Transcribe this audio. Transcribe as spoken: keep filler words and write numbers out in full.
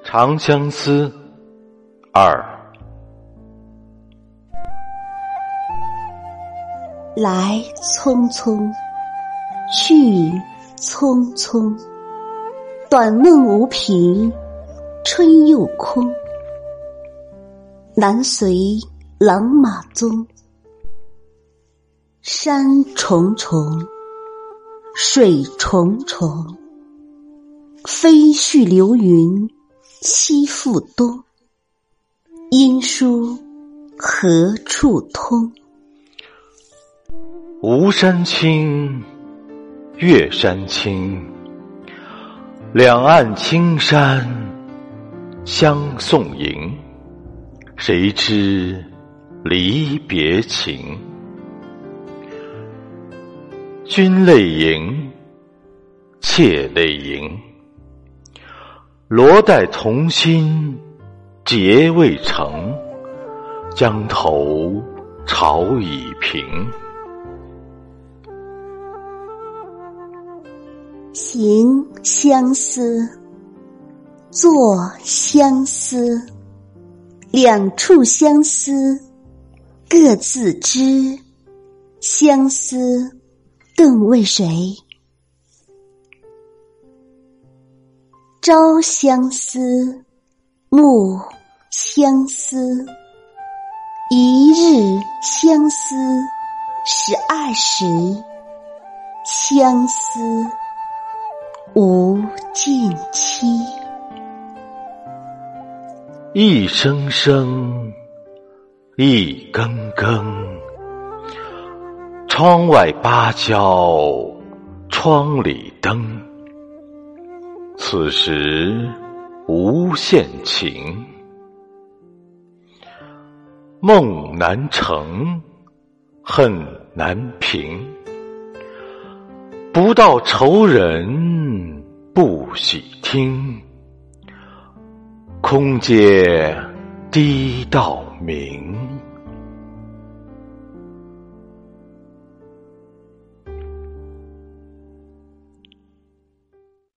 长相思二。 来匆匆，去匆匆，短梦无凭，春又空。难随郎马踪，山重重，水重重，飞絮流云，期复东。音书何处通？ 吴山青，岳山青，两岸青山相送迎。谁知离别情？君泪盈，妾泪盈。罗带同心结未成，江头潮已平。 行相思，坐相思，两处相思，各自知。相思更为谁？朝相思，暮相思，一日相思十二时。相思无尽期。 一声声，一更更，窗外芭蕉，窗里灯。此时无限情，梦难成，恨难平。不到愁人不喜听，空阶低到明。